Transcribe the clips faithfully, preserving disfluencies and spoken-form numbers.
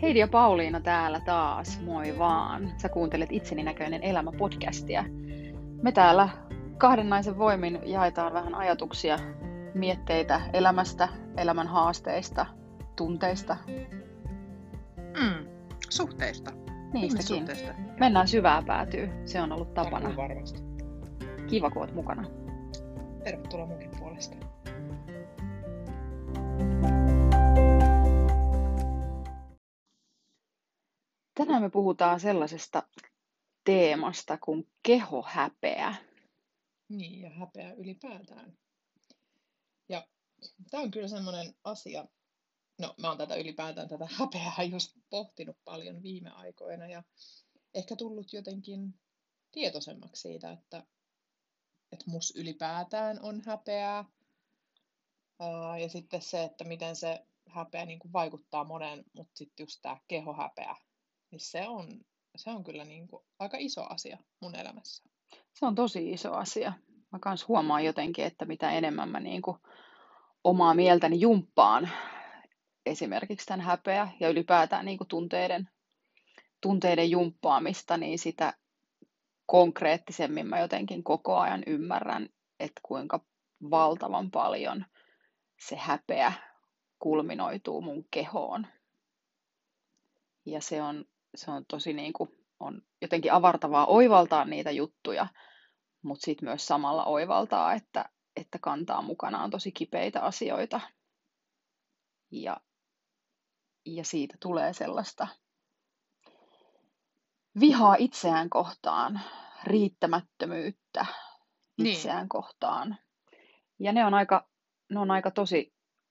Heidi ja Pauliina täällä taas, moi vaan. Sä kuuntelet Itseni näköinen elämä podcastia. Me täällä kahden naisen voimin jaetaan vähän ajatuksia, mietteitä elämästä, elämän haasteista, tunteista. Mm, suhteista. Niistäkin. Ihmissuhteista. Mennään syvää päätyy, se on ollut tapana. Tarkuu varmasti. Kiva, kun oot mukana. Tervetuloa munkin puolesta. Tänään me puhutaan sellaisesta teemasta kuin kehohäpeä. Niin, ja häpeä ylipäätään. Ja tämä on kyllä semmoinen asia, no mä oon tätä ylipäätään tätä häpeää just pohtinut paljon viime aikoina ja ehkä tullut jotenkin tietoisemmaksi siitä, että, että mus ylipäätään on häpeää. Ää, ja sitten se, että miten se häpeä niin kuin vaikuttaa moneen, mutta sitten just tämä kehohäpeä, niin se on, se on kyllä niin kuin aika iso asia mun elämässä. Se on tosi iso asia. Mä kans huomaan jotenkin, että mitä enemmän mä niinku omaa mieltäni jumppaan esimerkiksi tämän häpeä ja ylipäätään niinku tunteiden, tunteiden jumppaamista, niin sitä konkreettisemmin mä jotenkin koko ajan ymmärrän, että kuinka valtavan paljon se häpeä kulminoituu mun kehoon. Ja se on, se on tosi niinku, on jotenkin avartavaa oivaltaa niitä juttuja, mutta sitten myös samalla oivaltaa, että, että kantaa mukanaan tosi kipeitä asioita. Ja, ja siitä tulee sellaista vihaa itseään kohtaan, riittämättömyyttä itseään niin. kohtaan. Ja ne on aika, ne on aika tosi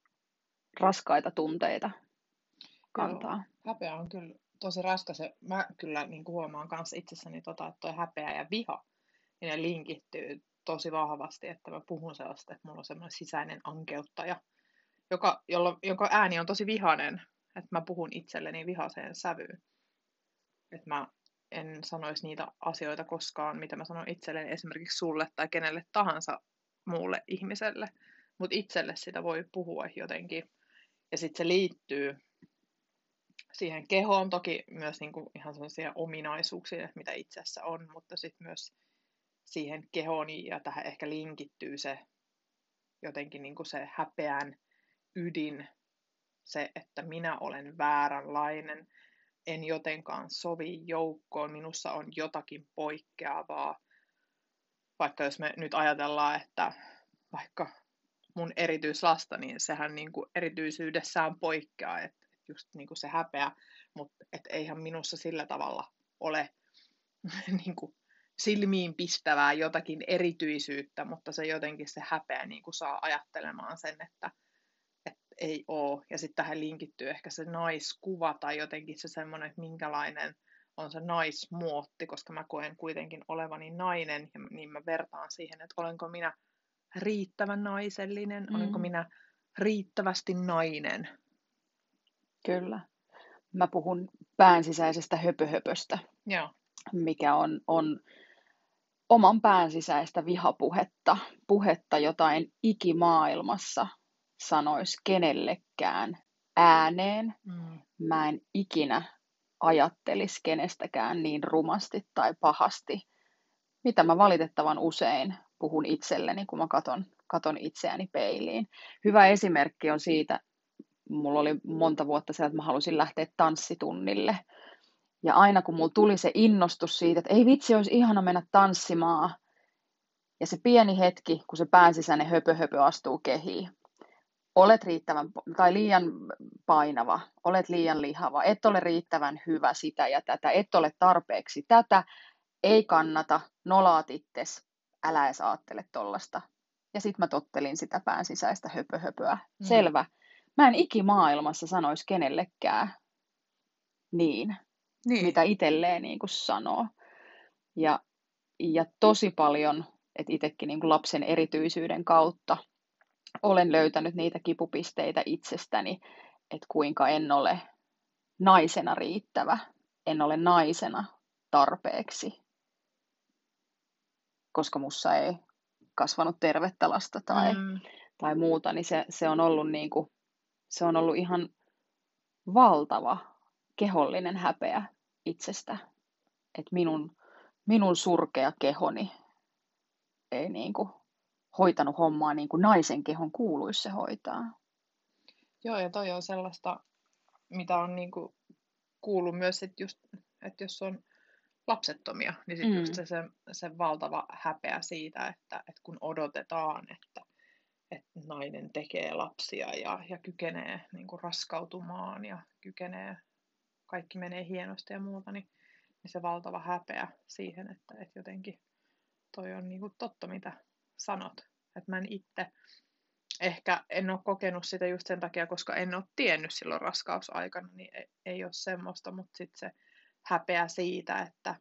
raskaita tunteita kantaa. Joo, häpeä on kyllä tosi raskas. Mä kyllä niin huomaan kanssa itsessäni, tota, että toi häpeä ja viha, niin ne linkittyy tosi vahvasti, että mä puhun sellaista, että mulla on semmoinen sisäinen ankeuttaja, joka, jolla, jonka ääni on tosi vihainen, että mä puhun itselleni vihaiseen sävyyn. Että mä en sanoisi niitä asioita koskaan, mitä mä sanon itselleni esimerkiksi sulle tai kenelle tahansa muulle ihmiselle, mutta itselle sitä voi puhua jotenkin. Ja sitten se liittyy siihen kehoon, toki myös niinku ihan sellaisia ominaisuuksia, mitä itsessä on, mutta sitten myös siihen kehoon ja tähän ehkä linkittyy se jotenkin niinku se häpeän ydin, se, että minä olen vääränlainen, en jotenkaan sovi joukkoon, minussa on jotakin poikkeavaa. Vaikka jos me nyt ajatellaan, että vaikka mun erityislasta, niin sehän niinku erityisyydessään poikkeaa, että just niinku se häpeä, mutta et eihän minussa sillä tavalla ole niinku silmiin pistävää jotakin erityisyyttä, mutta se jotenkin se häpeä niinku saa ajattelemaan sen, että et ei ole. Ja sitten tähän linkittyy ehkä se naiskuva tai jotenkin se semmoinen, että minkälainen on se naismuotti, koska mä koen kuitenkin olevani nainen, ja niin mä vertaan siihen, että olenko minä riittävän naisellinen, mm. olenko minä riittävästi nainen. Kyllä. Mä puhun pään sisäisestä höpöhöpöstä, Joo. mikä on, on oman pään sisäistä vihapuhetta, puhetta, jota en ikimaailmassa sanoisi kenellekään ääneen. Mm. Mä en ikinä ajattelisi kenestäkään niin rumasti tai pahasti, mitä mä valitettavan usein puhun itselleni, kun mä katon, katon itseäni peiliin. Hyvä esimerkki on siitä, mulla oli monta vuotta se, että mä halusin lähteä tanssitunnille. Ja aina kun mulla tuli se innostus siitä, että ei vitsi, olisi ihana mennä tanssimaan. Ja se pieni hetki, kun se pään sisäinen höpö höpö astuu kehiin. Olet riittävän tai liian painava, olet liian lihava, et ole riittävän hyvä sitä ja tätä, et ole tarpeeksi tätä, ei kannata, nolaat itses, älä edes aattele tollasta. Ja sit mä tottelin sitä pään sisäistä höpö höpöä. Mm. Selvä. Mä en ikimaailmassa sanoisi kenellekään niin, niin. mitä itselleen niin kuin sanoo. Ja, ja tosi paljon, että itsekin niin kuin lapsen erityisyyden kautta olen löytänyt niitä kipupisteitä itsestäni, että kuinka en ole naisena riittävä, en ole naisena tarpeeksi, koska mussa ei kasvanut tervettä lasta tai, mm. tai muuta, niin se, se, on ollut niin kuin, se on ollut ihan valtava kehollinen häpeä itsestä. Että minun, minun surkea kehoni ei niin kuin hoitanut hommaa niin kuin naisen kehon kuuluisi se hoitaa. Joo, ja toi on sellaista, mitä on niinku kuullut myös, että just, että jos on lapsettomia, niin sitten Mm. just se, se, se valtava häpeä siitä, että, että kun odotetaan, että, että nainen tekee lapsia ja, ja kykenee niinku raskautumaan ja kykenee, kaikki menee hienosti ja muuta, niin, niin se valtava häpeä siihen, että, että jotenkin toi on niinku totta, mitä sanot. Että mä en itse ehkä en ole kokenut sitä just sen takia, koska en ole tiennyt silloin raskausaikana, niin ei, ei ole semmoista, mutta sitten se häpeä siitä, että,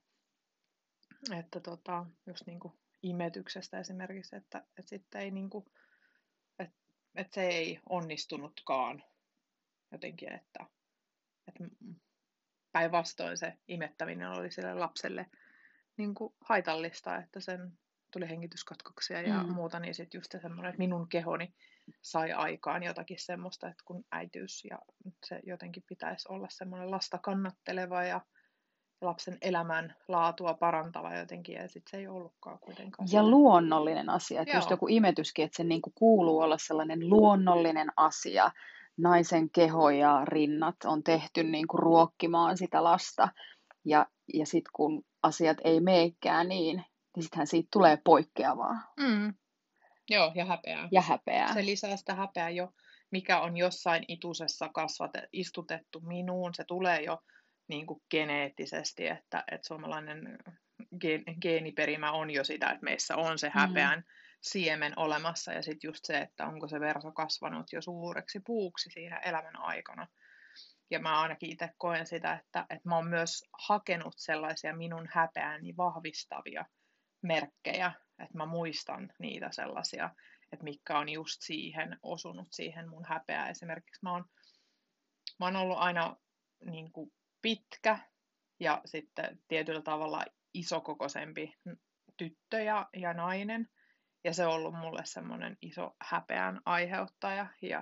että tota, just niin kuin imetyksestä esimerkiksi, että, että sitten ei niin kuin, että, että se ei onnistunutkaan jotenkin, että, että päinvastoin se imettäminen oli sille lapselle niin kuin haitallista, että sen tuli hengityskatkoksia ja Mm. muuta, niin sitten just semmoinen, että minun kehoni sai aikaan jotakin semmoista, että kun äitiys ja se jotenkin pitäisi olla semmoinen lasta kannatteleva ja lapsen elämän laatua parantava jotenkin, ja sitten se ei ollutkaan kuitenkaan Ja sitä. luonnollinen asia, että just Joo. joku imetyskin, että se niin kuin kuuluu olla sellainen luonnollinen asia. Naisen keho ja rinnat on tehty niin kuin ruokkimaan sitä lasta. Ja, ja sitten kun asiat ei meekään niin, niin sittenhän siitä tulee poikkeavaa Mm. Joo, ja häpeää. ja häpeää. Se lisää sitä häpeää jo, mikä on jossain itusessa kasvate, istutettu minuun. Se tulee jo niin kuin geneettisesti, että, että suomalainen geen, geeniperimä on jo sitä, että meissä on se häpeän mm. siemen olemassa. Ja sitten just se, että onko se verso kasvanut jo suureksi puuksi siinä elämän aikana. Ja mä ainakin itse koen sitä, että, että mä oon myös hakenut sellaisia minun häpeääni vahvistavia merkkejä, että mä muistan niitä sellaisia, että mitkä on just siihen osunut, siihen mun häpeään. Esimerkiksi mä oon, mä oon ollut aina niin kuin pitkä ja sitten tietyllä tavalla isokokoisempi tyttö ja, ja nainen. Ja se on ollut mulle semmoinen iso häpeän aiheuttaja. Ja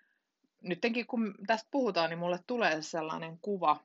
nytkin kun tästä puhutaan, niin mulle tulee sellainen kuva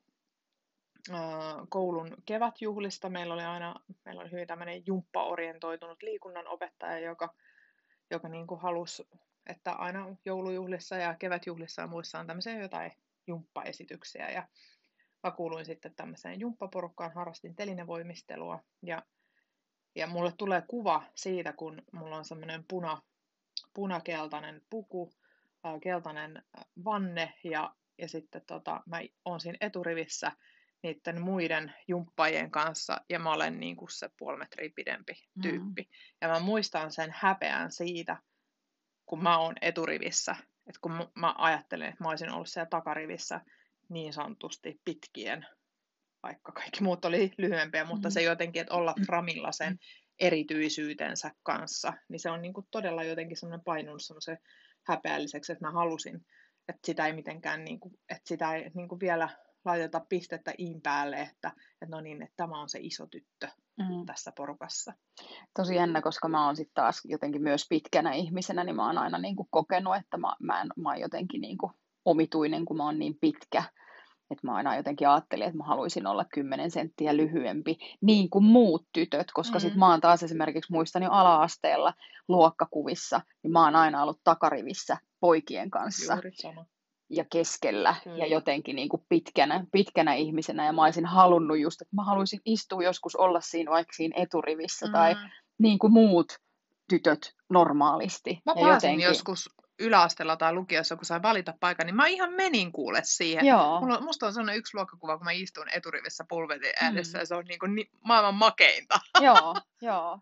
koulun kevätjuhlista. Meillä oli aina meillä oli hyvin tämmöinen jumppaorientoitunut liikunnanopettaja, joka, joka niin kuin halusi, että aina joulujuhlissa ja kevätjuhlissa ja muissa on tämmöisiä jotain jumppaesityksiä. Ja mä kuuluin sitten tämmöiseen jumppaporukkaan, harrastin telinevoimistelua. Ja, ja mulle tulee kuva siitä, kun mulla on semmoinen puna, punakeltainen puku, keltainen vanne ja, ja sitten tota, mä oon siinä eturivissä niiden muiden jumppajien kanssa, ja mä olen niin kuin se puoli metriä pidempi tyyppi. Mm. Ja mä muistan sen häpeän siitä, kun mä oon eturivissä, että kun mä ajattelen, että mä olisin ollut siellä takarivissä niin sanotusti pitkien, vaikka kaikki muut oli lyhyempiä, mutta mm. se jotenkin, että olla framilla sen erityisyytensä kanssa, niin se on niin kuin todella jotenkin semmoinen painunut semmoisen häpeälliseksi, että mä halusin, että sitä ei mitenkään, niin kuin, että sitä ei niin kuin vielä laiteta pistettä iin päälle, että, että no niin, että tämä on se iso tyttö mm. tässä porukassa. Tosi jännä, koska mä oon sitten taas jotenkin myös pitkänä ihmisenä, niin mä oon aina niin kuin kokenut, että mä, mä, en, mä oon jotenkin niin kuin omituinen, kun mä oon niin pitkä. Että mä aina jotenkin ajattelin, että mä haluaisin olla kymmenen senttiä lyhyempi, niin kuin muut tytöt, koska mm. sit mä oon taas esimerkiksi, muistan jo ala-asteella luokkakuvissa, niin mä oon aina ollut takarivissä poikien kanssa. Juuri sama. Ja keskellä Kyllä. ja jotenkin niin kuin pitkänä, pitkänä ihmisenä. Ja mä olisin halunnut just, että mä haluaisin istua joskus olla siinä vaikka siinä eturivissä mm. tai niin kuin muut tytöt normaalisti. Mä pääsin jotenkin joskus yläasteella tai lukiossa, kun sain valita paikan, niin mä ihan menin kuule siihen. Mulla, musta on sellainen yksi luokkakuva, kun mä istun eturivissä pulvetin äänessä mm. ja se on niin kuin ni- maailman makeinta. Joo, joo.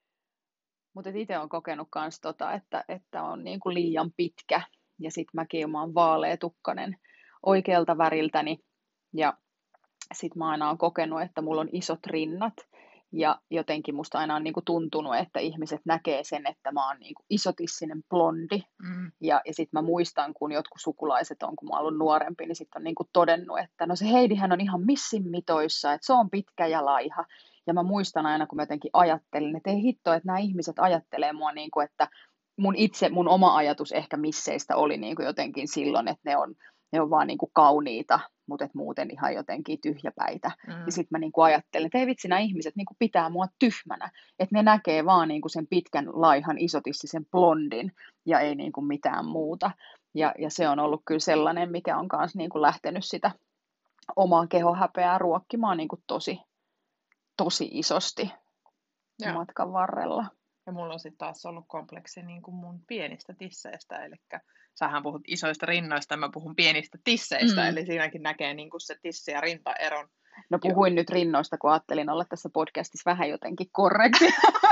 Mutta itse olen kokenut myös tota, että, että on niin kuin liian pitkä. Ja sitten mäkin mä oon vaaleatukkainen oikealta väriltäni. Ja sitten mä aina oon kokenut, että mulla on isot rinnat. Ja jotenkin musta aina on niinku tuntunut, että ihmiset näkee sen, että mä oon niinku isotissinen blondi. Mm. Ja, ja sitten mä muistan, kun jotkut sukulaiset on, kun mä oon ollut nuorempi, niin sitten on niinku todennut, että no se Heidihän on ihan missin mitoissa, että se on pitkä ja laiha. Ja mä muistan aina, kun mä jotenkin ajattelin, että ei hitto, että nämä ihmiset ajattelee mua niin kuin, että mun itse, mun oma ajatus ehkä misseistä oli niin kuin jotenkin silloin, että ne on, ne on vaan niin kuin kauniita mutta et muuten ihan jotenkin tyhjäpäitä. Mm. Niin sitten mä niinku ajattelen, että ei vitsi, nämä ihmiset niinku pitää mua tyhmänä. Että ne näkee vaan niinku sen pitkän, laihan, isotissisen blondin ja ei niinku mitään muuta. Ja, ja se on ollut kyllä sellainen, mikä on myös niinku lähtenyt sitä omaa kehohäpeää ruokkimaan niinku tosi, tosi isosti Joo. matkan varrella. Ja mulla on sitten taas ollut kompleksi niin kuin mun pienistä tisseistä, eli sähän puhut isoista rinnoista, mä puhun pienistä tisseistä, Mm. eli siinäkin näkee niin kuin se tissi- ja rintaeron. No puhuin nyt rinnoista, kun ajattelin olla tässä podcastissa vähän jotenkin korrekti.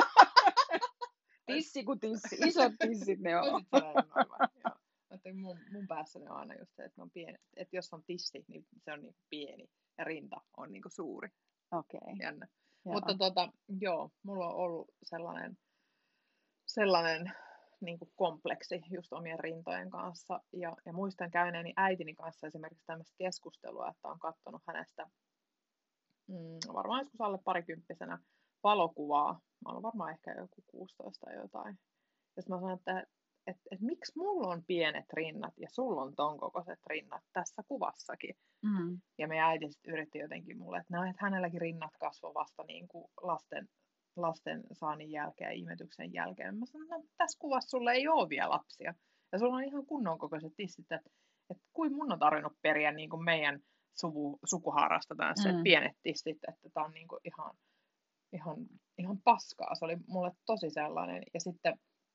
Tissi kuin tissi, isot tissit ne on. Voisit sanoa noin vaan, joo. Mutta mun, mun päässä ne on aina just se, että ne on pienet. Että jos on tissi, niin se on niin pieni ja rinta on niin kuin suuri. Okei. Okay. Jännä. Joo. Mutta tota, joo, mulla on ollut sellainen, sellainen niin kuin kompleksi just omien rintojen kanssa. Ja, ja muistan käyneeni äitini kanssa esimerkiksi tämmöistä keskustelua, että on katsonut hänestä mm, varmaan joskus alle parikymppisenä valokuvaa. Mä olen varmaan ehkä joku kuusitoista tai jotain. Ja sitten mä sanoin, että et, et, miksi mulla on pienet rinnat ja sulla on ton kokoiset rinnat tässä kuvassakin. Mm. Ja meidän äiti sitten yritti jotenkin mulle, että no, et hänelläkin rinnat kasvoi vasta niin kuin lasten, lasten saannin jälkeen ja imetyksen jälkeen. Mä sanoin, no tässä kuvassa sulla ei ole vielä lapsia. Ja sulla on ihan kunnon kokoiset tissit, että et kuin mun on tarvinnut periä niin kuin meidän suvu, sukuhaarasta tämmöiset Mm. pienet tissit, että tää on niin kuin ihan, ihan, ihan paskaa. Se oli mulle tosi sellainen. Ja sitten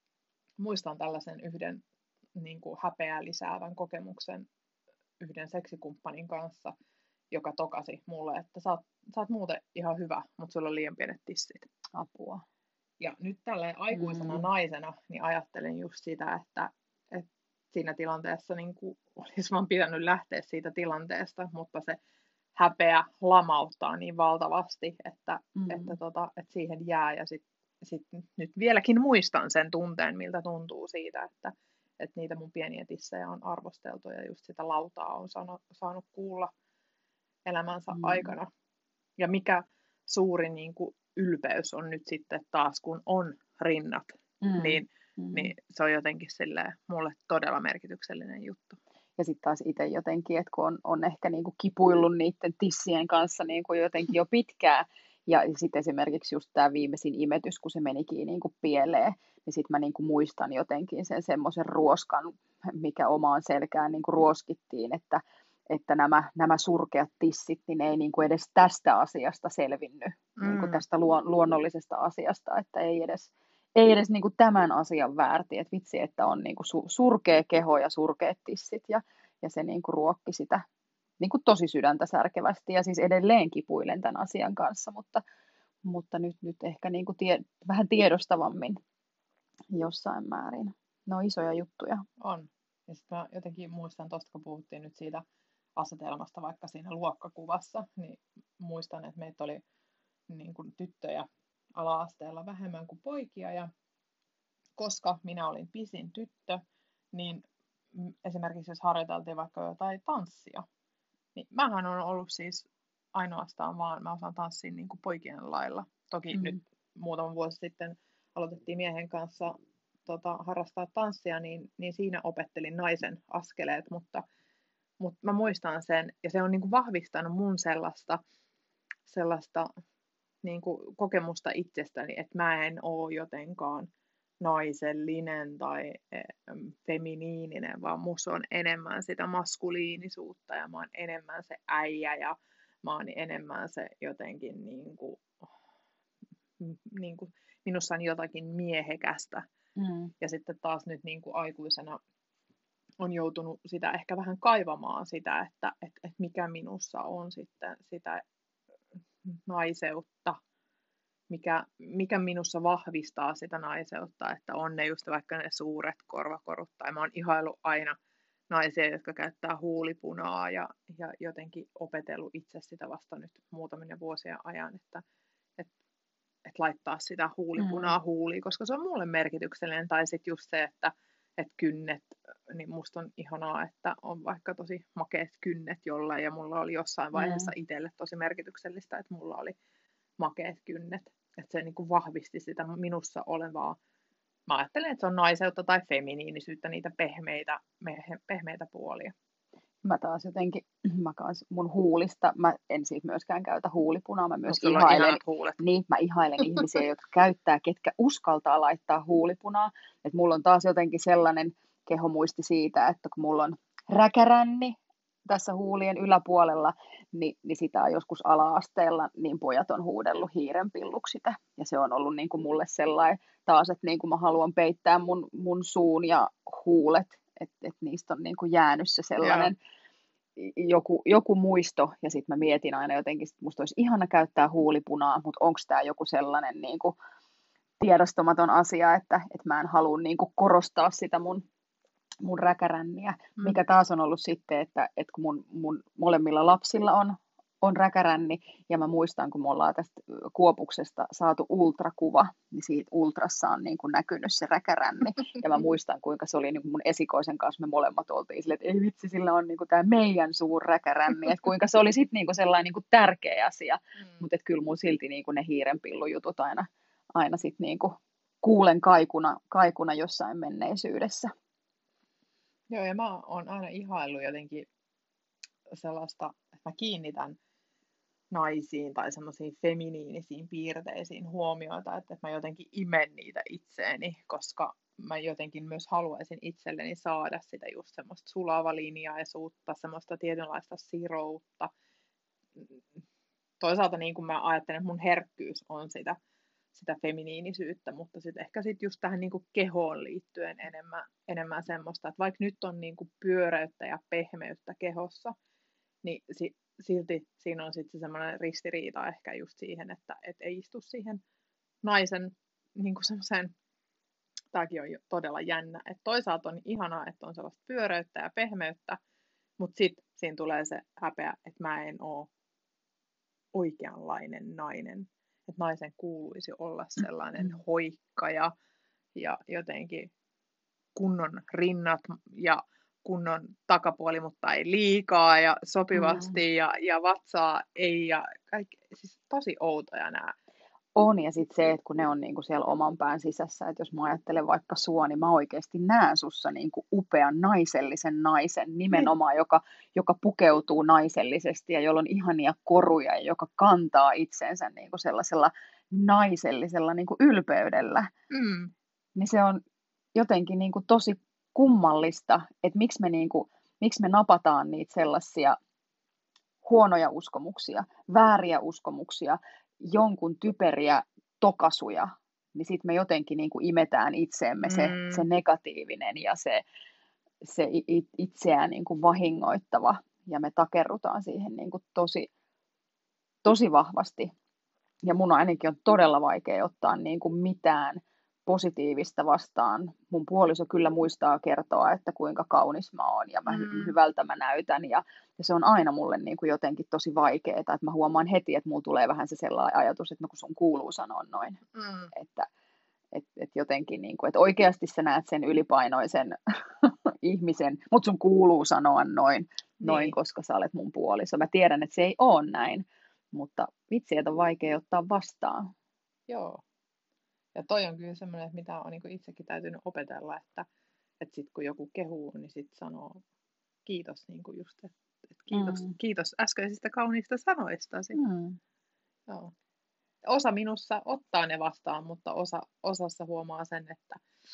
muistan tällaisen yhden niin kuin häpeää lisäävän kokemuksen yhden seksikumppanin kanssa, joka tokasi mulle, että sä oot, sä oot muuten ihan hyvä, mutta sulla on liian pienet tissit. Apua. Ja nyt tälleen aikuisena Mm. naisena niin ajattelin just sitä, että, että siinä tilanteessa niin kuin olisi vaan pitänyt lähteä siitä tilanteesta, mutta se häpeä lamauttaa niin valtavasti, että, Mm. että, tota, että siihen jää. Ja sitten sit nyt vieläkin muistan sen tunteen, miltä tuntuu siitä, että, että niitä mun pieniä tissejä on arvosteltu ja just sitä lautaa on saanut, saanut kuulla elämänsä Mm. aikana. Ja mikä suuri niin kuin, ylpeys on nyt sitten taas, kun on rinnat, Mm. niin, Mm. niin se on jotenkin silleen, mulle todella merkityksellinen juttu. Ja sitten taas itse jotenkin, että kun on, on ehkä niinku kipuillut niiden tissien kanssa niinku jotenkin jo pitkään, ja sitten esimerkiksi just tämä viimeisin imetys, kun se menikin niinku pieleen, niin sitten mä niinku muistan jotenkin sen semmoisen ruoskan, mikä omaan selkään niinku ruoskittiin, että, että nämä, nämä surkeat tissit, niin ei niinku edes tästä asiasta selvinnyt, mm. niinku tästä luon, luonnollisesta asiasta, että ei edes, ei edes niinku tämän asian väärti, että vitsi, että on niinku su, surkea keho ja surkeat tissit, ja, ja se niinku ruokki sitä niinku tosi sydäntä särkevästi, ja siis edelleen kipuilen tämän asian kanssa, mutta, mutta nyt, nyt ehkä niinku tie, vähän tiedostavammin jossain määrin. Ne on isoja juttuja. On. Ja sitten mä jotenkin muistan tuosta, kun puhuttiin nyt siitä asetelmasta vaikka siinä luokkakuvassa, niin muistan, että meitä oli niin kuin tyttöjä ala-asteella vähemmän kuin poikia, ja koska minä olin pisin tyttö, niin esimerkiksi jos harjoiteltiin vaikka jotain tanssia, niin mähän on ollut siis ainoastaan vaan, mä osaan tanssia niin kuin poikien lailla. Toki mm. nyt muutama vuosi sitten aloitettiin miehen kanssa tota, harrastaa tanssia, niin, niin siinä opettelin naisen askeleet, mutta, mutta mä muistan sen, ja se on niin kuin vahvistanut mun sellaista, sellaista niin kuin kokemusta itsestäni, että mä en ole jotenkaan naisellinen tai feminiininen, vaan musta on enemmän sitä maskuliinisuutta ja mä oon enemmän se äijä ja mä oon enemmän se jotenkin niin kuin, niin kuin, minussa on jotakin miehekästä. Mm. Ja sitten taas nyt niin kuin aikuisena on joutunut sitä ehkä vähän kaivamaan sitä, että et, et mikä minussa on sitten sitä naiseutta. Mikä, mikä minussa vahvistaa sitä naiseutta, että on ne just vaikka ne suuret korvakorut, tai mä oon ihaillut aina naisia, jotka käyttää huulipunaa, ja, ja jotenkin opetellut itse sitä vasta nyt muutaminen vuosien ajan, että et, et laittaa sitä huulipunaa mm. huuliin, koska se on mulle merkityksellinen, tai sitten just se, että et kynnet, niin musta on ihanaa, että on vaikka tosi makeat kynnet jollain, ja mulla oli jossain vaiheessa mm. itselle tosi merkityksellistä, että mulla oli makeat kynnet. Että se niin kuin vahvisti sitä minussa olevaa. Mä ajattelen, että se on naiseutta tai feminiinisyyttä, niitä pehmeitä, pehmeitä puolia. mä taas jotenkin, mä kans mun huulista, mä en siis myöskään käytä huulipunaa, mä myös Mutta sulla on ihailen, ihanat huulet. niin mä ihailen ihmisiä, jotka käyttää, ketkä uskaltaa laittaa huulipunaa. Että mulla on taas jotenkin sellainen kehomuisti siitä, että kun mulla on räkäränni tässä huulien yläpuolella, niin, niin sitä on joskus ala-asteella, niin pojat on huudellut hiirenpilluksi sitä. Ja se on ollut niin kuin mulle sellainen taas, että niin kuin mä haluan peittää mun, mun suun ja huulet, että et niistä on niin kuin jäänyt se sellainen joku, joku muisto. Ja sitten mä mietin aina jotenkin, että musta olisi ihana käyttää huulipunaa, mutta onko tämä joku sellainen niin kuin tiedostamaton asia, että, että mä en halua niin kuin korostaa sitä mun mun räkäränniä, Mm. mikä taas on ollut sitten, että, että kun mun, mun molemmilla lapsilla on, on räkäränni, ja mä muistan, kun me ollaan tästä Kuopuksesta saatu ultrakuva, niin siitä ultrassa on niin kuin näkynyt se räkäränni, ja mä muistan, kuinka se oli niin kuin mun esikoisen kanssa, me molemmat oltiin silleen, että ei vitsi, sillä on niin kuin tämä meidän suur räkäränni, että kuinka se oli sitten niin kuin sellainen niin kuin tärkeä asia, mm. mutta kyllä mun silti niin kuin ne hiirenpillujutut aina, aina sitten niin kuin kuulen kaikuna, kaikuna jossain menneisyydessä. Joo, ja mä oon aina ihaillut jotenkin sellaista, että mä kiinnitän naisiin tai semmoisiin feminiinisiin piirteisiin huomioita, että, että mä jotenkin imen niitä itseeni, koska mä jotenkin myös haluaisin itselleni saada sitä just semmoista sulavaliiniaisuutta, semmoista tietynlaista siroutta. Toisaalta niin kuin mä ajattelen, että mun herkkyys on sitä, sitä feminiinisyyttä, mutta sitten ehkä sitten just tähän niin kuin kehoon liittyen enemmän, enemmän semmoista, että vaikka nyt on niin kuin pyöreyttä ja pehmeyttä kehossa, niin si, silti siinä on sitten semmoinen ristiriita ehkä just siihen, että et ei istu siihen naisen niin kuin semmoiseen, tämäkin on jo todella jännä, että toisaalta on ihanaa, että on sellaista pyöreyttä ja pehmeyttä, mutta sitten siinä tulee se häpeä, että mä en ole oikeanlainen nainen. Että naisen kuuluisi olla sellainen hoikka ja, ja jotenkin kunnon rinnat ja kunnon takapuoli, mutta ei liikaa ja sopivasti mm. ja, ja vatsaa ei ja kaikki, siis tosi outoja nämä. On, ja sitten se, että kun ne on niinku siellä oman pään sisässä, että jos mä ajattelen vaikka sua, niin mä oikeasti näen sussa niinku upean naisellisen naisen nimenomaan, mm. joka, joka pukeutuu naisellisesti ja jolla on ihania koruja ja joka kantaa itsensä niinku sellaisella naisellisella niinku ylpeydellä. Mm. Niin se on jotenkin niinku tosi kummallista, että miksi me, niinku, miksi me napataan niitä sellaisia huonoja uskomuksia, vääriä uskomuksia, jonkun typeriä tokasuja, niin sitten me jotenkin niin kuin imetään itseemme se, mm. se negatiivinen ja se, se itseään niin kuin vahingoittava, ja me takerrutaan siihen niin kuin tosi, tosi vahvasti. Ja mun ainakin on todella vaikea ottaa niin kuin mitään positiivista vastaan. Mun puoliso kyllä muistaa kertoa, että kuinka kaunis mä oon ja mä, mm. hyvältä mä näytän. Ja, ja se on aina mulle niin kuin jotenkin tosi vaikeaa, että mä huomaan heti, että mulla tulee vähän se sellainen ajatus, että no kun sun kuuluu sanoa noin. Mm. Että et, et jotenkin, niin kuin, että oikeasti sä näet sen ylipainoisen ihmisen, mutta sun kuuluu sanoa noin, niin. noin, koska sä olet mun puoliso. Mä tiedän, että se ei ole näin, mutta vitsi, että on vaikea ottaa vastaan. Joo. Ja toi on kyllä semmoinen, että mitä on niin itsekin täytynyt opetella, että, että sit kun joku kehuu, niin sit sanoo kiitos, niin kuin just, että, että kiitos, mm. kiitos äskeisistä kauniista sanoistasi. Mm. Joo. Osa minussa ottaa ne vastaan, mutta osa, osassa huomaa sen, että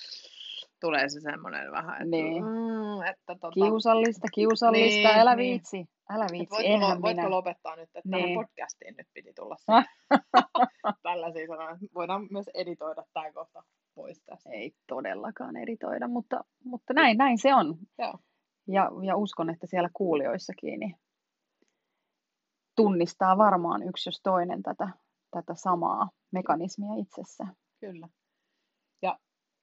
tulee se semmoinen vähän, että, niin. mm, että tota, kiusallista, kiusallista, niin, älä niin. viitsi, älä viitsi, voitko, eihän voitko minä. lopettaa nyt, että niin. tähän podcastiin nyt piti tulla se. Tällaisia sanoja. Voidaan myös editoida tämä kohta pois tästä. Ei todellakaan editoida, mutta, mutta näin, näin se on. Joo. Ja, ja uskon, että siellä kuulijoissakin niin tunnistaa varmaan yksi jos toinen tätä, tätä samaa mekanismia itsessä. Kyllä. Ja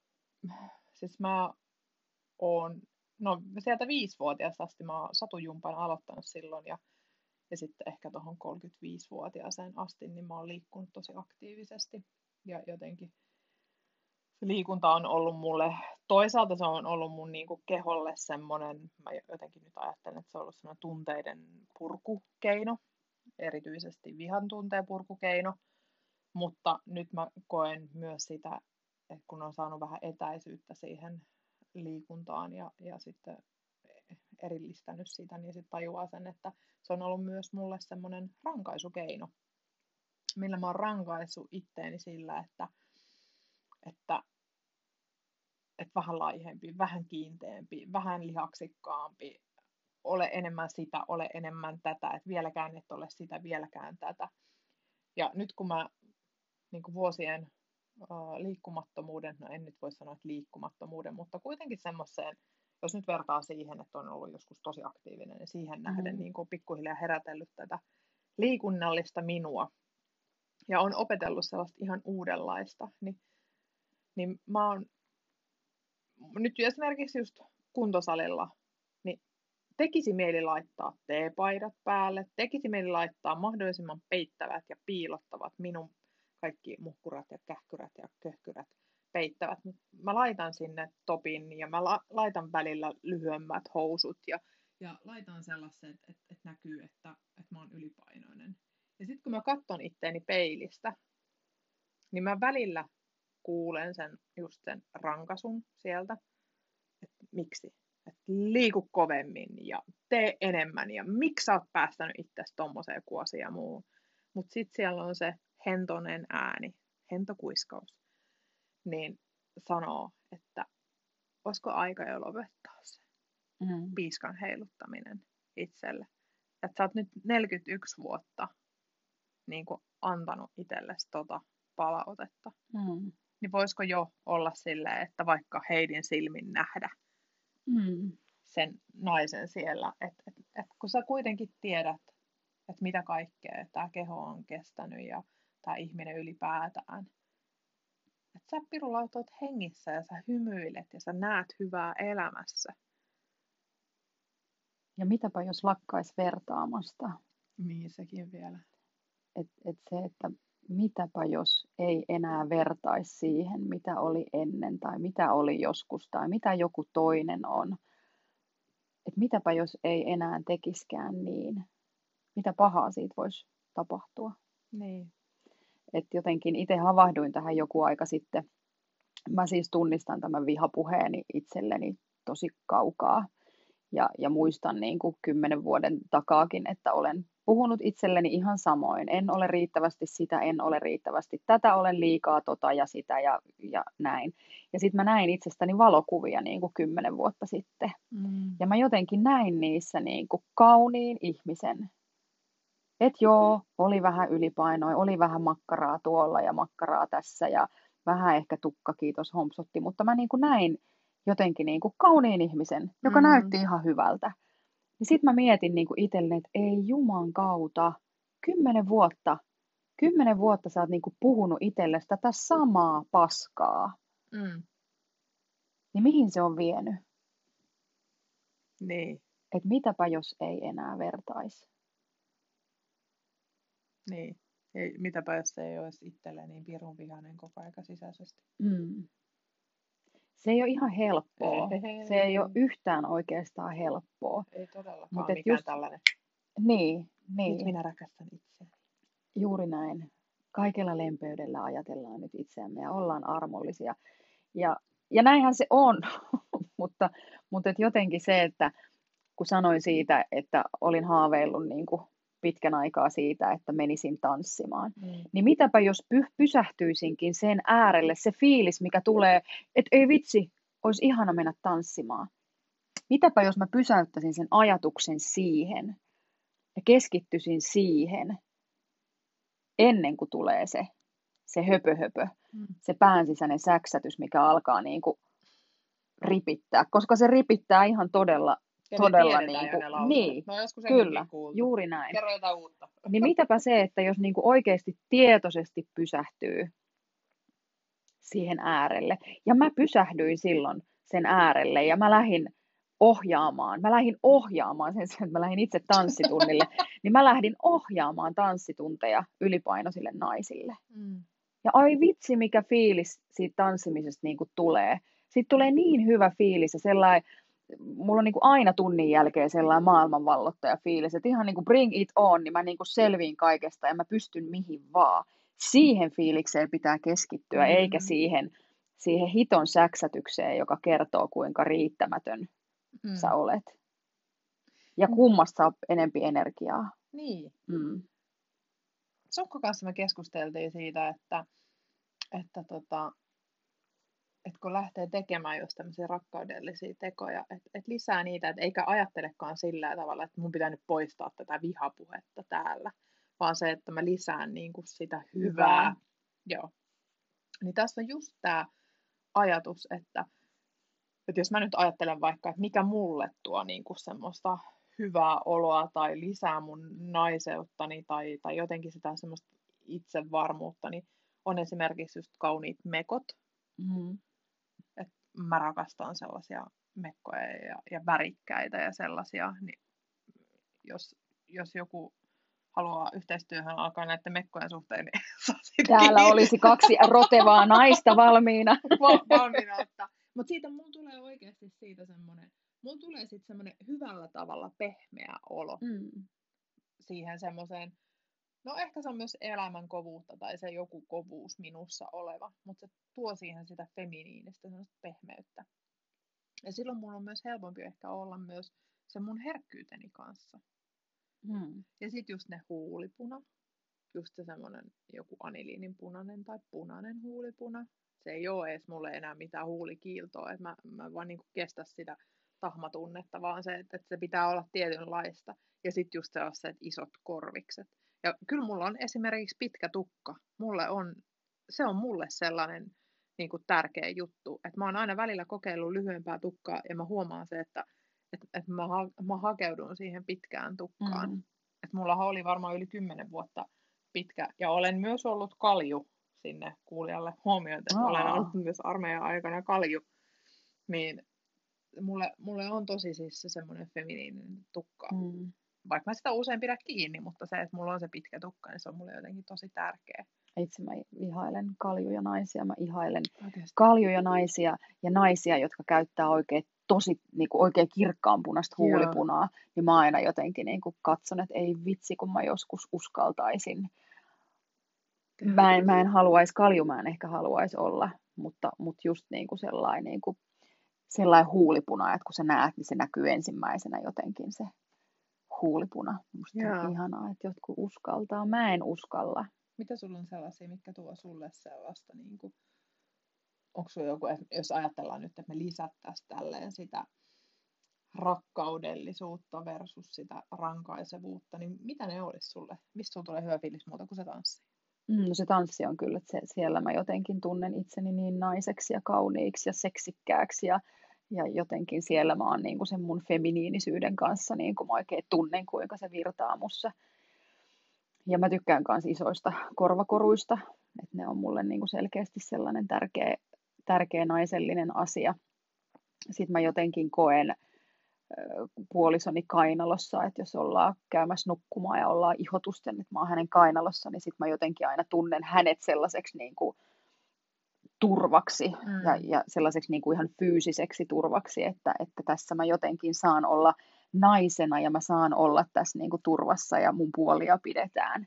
siis mä oon, no sieltä viisivuotiaasta asti mä oon satujumpan aloittanut silloin ja, ja sitten ehkä tuohon kolmekymmentäviisivuotiaaseen asti, niin mä oon liikkunut tosi aktiivisesti ja jotenkin se liikunta on ollut mulle, toisaalta se on ollut mun niinku keholle semmoinen, mä jotenkin nyt ajattelen, että se on ollut semmoinen tunteiden purkukeino, erityisesti vihan tunteen purkukeino, mutta nyt mä koen myös sitä, että kun on saanut vähän etäisyyttä siihen liikuntaan ja, ja sitten erillistänyt sitä, niin sitten tajuaa sen, että se on ollut myös mulle semmoinen rankaisukeino, millä mä oon rankaissut itteeni sillä, että, että, että vähän laihempi, vähän kiinteämpi, vähän lihaksikkaampi, ole enemmän sitä, ole enemmän tätä, että vieläkään et ole sitä, vieläkään tätä. Ja nyt kun mä niin kuin vuosien uh, liikkumattomuuden, no en nyt voi sanoa, että liikkumattomuuden, mutta kuitenkin semmoiseen, jos nyt vertaa siihen, että on ollut joskus tosi aktiivinen, niin siihen nähden mm. niin kuin pikkuhiljaa herätellyt tätä liikunnallista minua ja on opetellut sellaista ihan uudenlaista, niin, niin mä oon nyt esimerkiksi just kuntosalilla, niin tekisi mieli laittaa teepaidat päälle, tekisi mieli laittaa mahdollisimman peittävät ja piilottavat minun kaikki muhkurat ja kähkyrät ja köhkyrät peittävät. Mä laitan sinne topin ja mä la- laitan välillä lyhyemmät housut ja, ja laitan sellaiset, että, että, että näkyy, että, että mä oon ylipainoinen. Ja sitten kun mä katson itteeni peilistä, niin mä välillä kuulen sen, just sen rankasun sieltä, että miksi, että liiku kovemmin ja tee enemmän ja miksi sä oot päästänyt itseäsi tommoseen kuosiin ja muuhun. Mutta sitten siellä on se hentonen ääni, hentokuiskaus, niin sanoo, että olisiko aika jo lopettaa se mm. piiskan heiluttaminen itselle. Että sä oot nyt neljäkymmentäyksi vuotta niin kun antanut itsellesi tota palautetta. Mm. Niin voisiko jo olla silleen, että vaikka Heidin silmin nähdä mm. sen naisen siellä. Että et, et, kun sä kuitenkin tiedät, että mitä kaikkea tämä keho on kestänyt ja tämä ihminen ylipäätään. Että sä pirulla oot hengissä ja sä hymyilet ja sä näet hyvää elämässä. Ja mitäpä jos lakkais vertaamasta? Niin, sekin vielä. Et, et se, että mitäpä jos ei enää vertaisi siihen, mitä oli ennen tai mitä oli joskus tai mitä joku toinen on. Et mitäpä jos ei enää tekiskään niin. Mitä pahaa siitä voisi tapahtua. Niin. Et jotenkin itse havahduin tähän joku aika sitten. Mä siis tunnistan tämän vihapuheeni itselleni tosi kaukaa. Ja, ja muistan niin kuin kymmenen vuoden takaakin, että olen puhunut itselleni ihan samoin. En ole riittävästi sitä, en ole riittävästi tätä, olen liikaa tota ja sitä ja, ja näin. Ja sitten mä näin itsestäni valokuvia niin kuin kymmenen vuotta sitten. Mm. Ja mä jotenkin näin niissä niin kuin kauniin ihmisen. Että joo, oli vähän ylipainoa, oli vähän makkaraa tuolla ja makkaraa tässä ja vähän ehkä tukka, kiitos, hompsotti. Mutta mä niin kuin näin jotenkin niin kuin kauniin ihmisen, joka mm. näytti ihan hyvältä. Ja sit mä mietin niin kuin itselleni, että ei juman kautta, kymmenen vuotta, kymmenen vuotta sä oot niin kuin puhunut itsellesi tätä samaa paskaa. Mm. Niin mihin se on vienyt? Niin. Että mitäpä jos ei enää vertaisi? Niin. Ei, mitäpä jos se ei olisi itselleen niin pirun vihainen koko aika sisäisesti. Mm. Se ei ole ihan helppoa. Ei, se ei ole yhtään oikeastaan helppoa. Ei todellakaan Mut mikään just, tällainen. Niin, niin. Nyt minä rakastan itseäni. Juuri näin. Kaikella lempeydellä ajatellaan nyt itseämme ja ollaan armollisia. Ja, ja näinhän se on. mutta mutta et jotenkin se, että kun sanoin siitä, että olin haaveillut niin kuin pitkän aikaa siitä, että menisin tanssimaan. Mm. Niin mitäpä jos py- pysähtyisinkin sen äärelle, se fiilis, mikä tulee, että ei vitsi, olisi ihana mennä tanssimaan. Mitäpä jos mä pysäyttäisin sen ajatuksen siihen ja keskittyisin siihen, ennen kuin tulee se, se höpö höpö, mm. se päänsisäinen säksätys, mikä alkaa niin kuin ripittää, koska se ripittää ihan todella ja todella niin kuin, niin, no, joskus kyllä, kuultu. Juuri näin. Kerro jotain uutta. Niin mitäpä se, että jos niin kuin oikeasti tietoisesti pysähtyy siihen äärelle. Ja mä pysähdyin silloin sen äärelle ja mä lähdin ohjaamaan. Mä lähdin ohjaamaan sen, että mä lähdin itse tanssitunnille. niin mä lähdin ohjaamaan tanssitunteja ylipainoisille naisille. Mm. Ja ai vitsi, mikä fiilis siitä tanssimisesta niin kuin tulee. Siitä tulee niin hyvä fiilis ja sellainen, mulla on niin kuin aina tunnin jälkeen sellainen maailmanvallottaja fiilis, että ihan niin kuin bring it on, niin mä niin kuin selviin kaikesta ja mä pystyn mihin vaan. Siihen fiilikseen pitää keskittyä, mm-hmm. eikä siihen, siihen hiton säksätykseen, joka kertoo, kuinka riittämätön mm. sä olet. Ja kummasta saa enempi energiaa. Niin. Mm. Sukko kanssa me keskusteltiin siitä, että, että, tota, että kun lähtee tekemään just tämmöisiä rakkaudellisia tekoja, että, että lisää niitä, että eikä ajattelekaan sillä tavalla, että mun pitää nyt poistaa tätä vihapuhetta täällä, vaan se, että mä lisään niin kuin sitä hyvää. Hyvää. Joo. Niin tässä on just tämä ajatus, että, että jos mä nyt ajattelen vaikka, että mikä mulle tuo niin kuin semmoista hyvää oloa tai lisää mun naiseuttani tai, tai jotenkin sitä semmoista itsevarmuutta, niin on esimerkiksi just kauniit mekot. Mm. Et mä rakastan sellaisia mekkoja ja, ja värikkäitä ja sellaisia, niin jos, jos joku haluaa yhteistyöhön alkaa näiden mekkojen suhteen, niin saa siitä Täällä kiinni. olisi kaksi rotevaa naista valmiina. valmiina ottaa. Mutta siitä mulla tulee oikeasti siitä semmoinen, mulla tulee sitten semmoinen hyvällä tavalla pehmeä olo Mm. siihen semmoiseen, no ehkä se on myös elämän kovuutta tai se joku kovuus minussa oleva, mutta se tuo siihen sitä feminiinistä, semmoista pehmeyttä. Ja silloin mulla on myös helpompi ehkä olla myös se mun herkkyyteni kanssa. Mm. Ja sitten just ne huulipuna, just se semmoinen joku aniliinin punainen tai punainen huulipuna. Se ei ole edes mulle enää mitään huulikiiltoa, että mä, mä vaan niinku kestä sitä tahmatunnetta, vaan se, että, että se pitää olla tietynlaista. Ja sitten just sellaiset isot korvikset. Ja kyllä mulla on esimerkiksi pitkä tukka. Mulle on, se on mulle sellainen niin kuin tärkeä juttu, että mä oon aina välillä kokeillut lyhyempää tukkaa ja mä huomaan se, että, että, että mä, ha, mä hakeudun siihen pitkään tukkaan. Mm. Että mulla oli varmaan yli kymmenen vuotta pitkä ja olen myös ollut kalju sinne kuulijalle huomioon, että Aa. olen ollut myös armeijan aikana kalju. Niin mulle, mulle on tosi siis se semmoinen feminiininen tukka. Mm. Vaikka mä sitä usein pidä kiinni, mutta se, että mulla on se pitkä tukka, niin se on mulle jotenkin tosi tärkeä. Itse mä ihailen kaljuja naisia. Mä ihailen Oikeasti. kaljuja naisia ja naisia, jotka käyttää oikein tosi niin kuin oikein kirkkaan punaista huulipunaa. Niin mä aina jotenkin niin kuin katson, että ei vitsi, kun mä joskus uskaltaisin. Mä en, mä en haluaisi, kalju mä en ehkä haluaisi olla, mutta, mutta just niin kuin sellainen, niin kuin, sellainen huulipuna, että kun sä näet, niin se näkyy ensimmäisenä jotenkin se huulipuna. Musta Joo. on ihanaa, että jotkut uskaltaa. Mä en uskalla. Mitä sulla on sellaisia, mitkä tuo sulle sellaista, niin kuin, onko sulla joku, jos ajatellaan nyt, että me lisättäisiin tälleen sitä rakkaudellisuutta versus sitä rankaisevuutta, niin mitä ne olisi sulle? Mistä sulla tulee hyvä fiilis muuta kuin se tanssi? Mm, no se tanssi on kyllä, että se, siellä mä jotenkin tunnen itseni niin naiseksi ja kauniiksi ja seksikkääksi ja, ja jotenkin siellä mä oon niin kuin sen mun feminiinisyyden kanssa, niin kuin mä oikein tunnen, kuinka se virtaa mussa. Ja mä tykkään myös isoista korvakoruista, että ne on mulle niin kuin selkeästi sellainen tärkeä, tärkeä naisellinen asia. Sitten mä jotenkin koen puolisoni kainalossa, että jos ollaan käymässä nukkumaan ja ollaan ihotusten, että mä oon hänen kainalossa, niin sitten mä jotenkin aina tunnen hänet sellaiseksi niin kuin turvaksi mm. ja, ja sellaiseksi niin kuin ihan fyysiseksi turvaksi, että, että tässä mä jotenkin saan olla naisena ja mä saan olla tässä niin kuin turvassa ja mun puolia pidetään.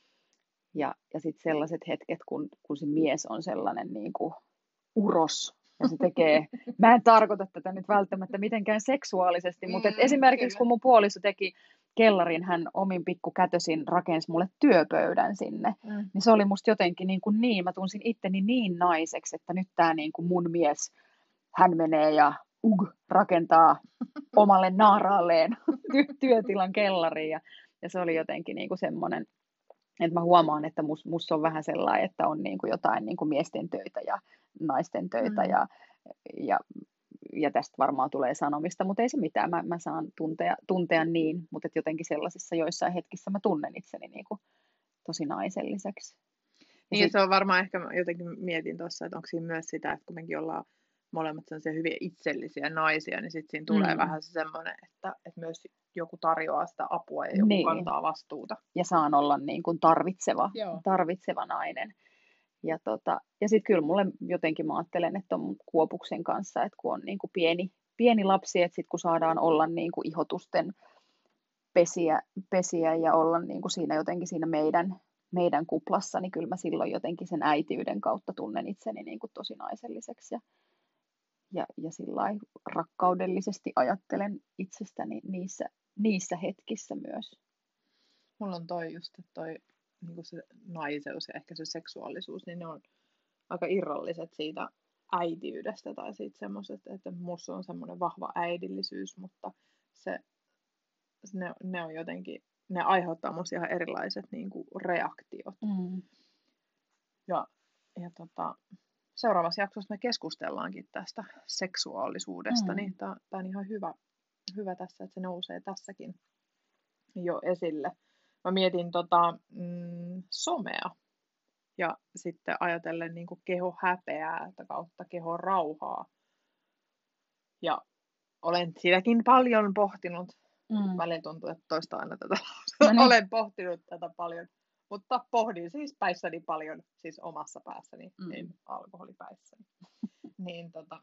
Ja, ja sitten sellaiset hetket, kun, kun se mies on sellainen niin kuin uros ja se tekee, mä en tarkoita tätä nyt välttämättä mitenkään seksuaalisesti, mm, mutta et esimerkiksi kyllä. Kun mun puoliso teki kellarin, hän omin pikkukätösin rakensi mulle työpöydän sinne, mm. niin se oli musta jotenkin niin, kuin niin, mä tunsin itteni niin naiseksi, että nyt tää niin kuin mun mies, hän menee ja ug, rakentaa omalle naaraalleen ty- työtilan kellariin ja, ja se oli jotenkin niin kuin semmoinen, että mä huomaan, että mus, musta on vähän sellainen, että on niin kuin jotain niin kuin miesten töitä ja naisten töitä mm. ja, ja, ja tästä varmaan tulee sanomista, mutta ei se mitään, mä, mä saan tuntea, tuntea niin, mutta jotenkin sellaisissa joissain hetkissä mä tunnen itseni niin kuin tosi naiselliseksi. Niin ja sit... se on varmaan ehkä, jotenkin mietin tuossa, että onko siinä myös sitä, että kun mekin ollaan molemmat sellaisia hyvin itsellisiä naisia, niin sitten siinä tulee mm. vähän se semmoinen, että, että myös joku tarjoaa sitä apua ja joku niin. kantaa vastuuta. Ja saan olla niin kuin tarvitseva, tarvitseva nainen. Ja, tota, ja sitten kyllä mulle jotenkin mä ajattelen, että on Kuopuksen kanssa, että kun on niin kuin pieni, pieni lapsi, että sitten kun saadaan olla niin kuin ihotusten pesiä, pesiä ja olla niin kuin siinä jotenkin siinä meidän, meidän kuplassa, niin kyllä mä silloin jotenkin sen äitiyden kautta tunnen itseni niin kuin tosi naiselliseksi. Ja, ja, ja sillain rakkaudellisesti ajattelen itsestäni niissä, niissä hetkissä myös. Mulla on toi just, että toi niin se naiseus ja ehkä se seksuaalisuus, niin ne on aika irralliset siitä äitiydestä tai siitä semmoisesta, että musta on semmoinen vahva äidillisyys, mutta se, ne, ne on jotenkin, ne aiheuttaa musta ihan erilaiset niin kuin reaktiot. Mm. Ja, ja tota, seuraavassa jaksossa me keskustellaankin tästä seksuaalisuudesta, Mm. niin tämä on ihan hyvä, hyvä tässä, että se nousee tässäkin jo esille. Mä mietin tota, mm, somea ja sitten ajatellen niin kuin kehohäpeää kautta kehon rauhaa. Ja olen sitäkin paljon pohtinut. Mm. Välillä tuntuu, että toista aina tätä. No niin. Olen pohtinut tätä paljon, mutta pohdin siis päissäni paljon, siis omassa päässäni, Mm. ei alkoholipäissäni. Niin tota,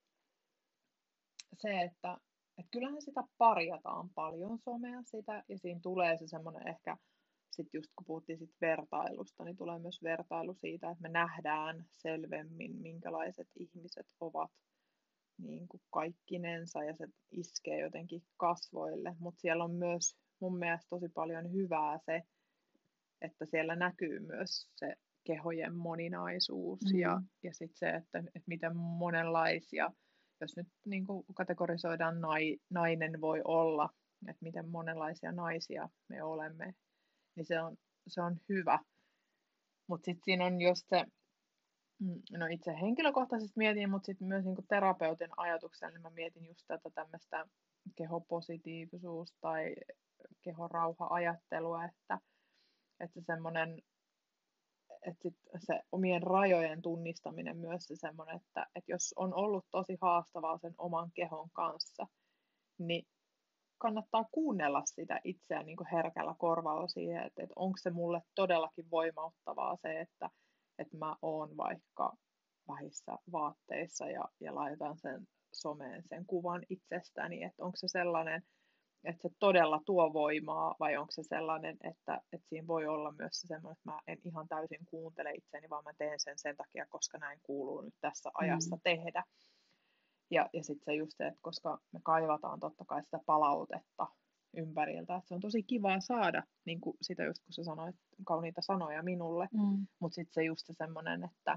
se, että et kyllähän sitä parjataan paljon somea sitä, ja siinä tulee se semmoinen ehkä, sitten just kun puhuttiin sit vertailusta, niin tulee myös vertailu siitä, että me nähdään selvemmin, minkälaiset ihmiset ovat niin kuin kaikkinensa, ja se iskee jotenkin kasvoille, mutta siellä on myös mun mielestä tosi paljon hyvää se, että siellä näkyy myös se kehojen moninaisuus, Mm. ja, ja sitten se, että, että miten monenlaisia, jos nyt niin kuin kategorisoidaan nai, nainen voi olla, että miten monenlaisia naisia me olemme, niin se on, se on hyvä. Mutta sitten siinä on just se, no itse henkilökohtaisesti mietin, mutta sitten myös niinku terapeutin ajatuksella, niin mä mietin just tätä tämmöistä kehopositiivisuus- tai kehorauha-ajattelua, että, että se semmoinen, että sit se omien rajojen tunnistaminen myös se semmoinen, että, että jos on ollut tosi haastavaa sen oman kehon kanssa, niin kannattaa kuunnella sitä itseään niin kuin herkällä korvalla siihen, että, että onko se mulle todellakin voimauttavaa se, että, että mä oon vaikka vähissä vaatteissa ja, ja laitan sen someen sen kuvan itsestäni, että onko se sellainen, että se todella tuo voimaa, vai onko se sellainen, että, että siinä voi olla myös se semmoinen, että mä en ihan täysin kuuntele itseäni, vaan mä teen sen sen takia, koska näin kuuluu nyt tässä ajassa mm. tehdä. Ja, ja sitten se just se, että koska me kaivataan totta kai sitä palautetta ympäriltä, että se on tosi kivaa saada, niin kuin sitä just kun sä sanoit, kauniita sanoja minulle, mm. mutta sitten se just se semmoinen, että,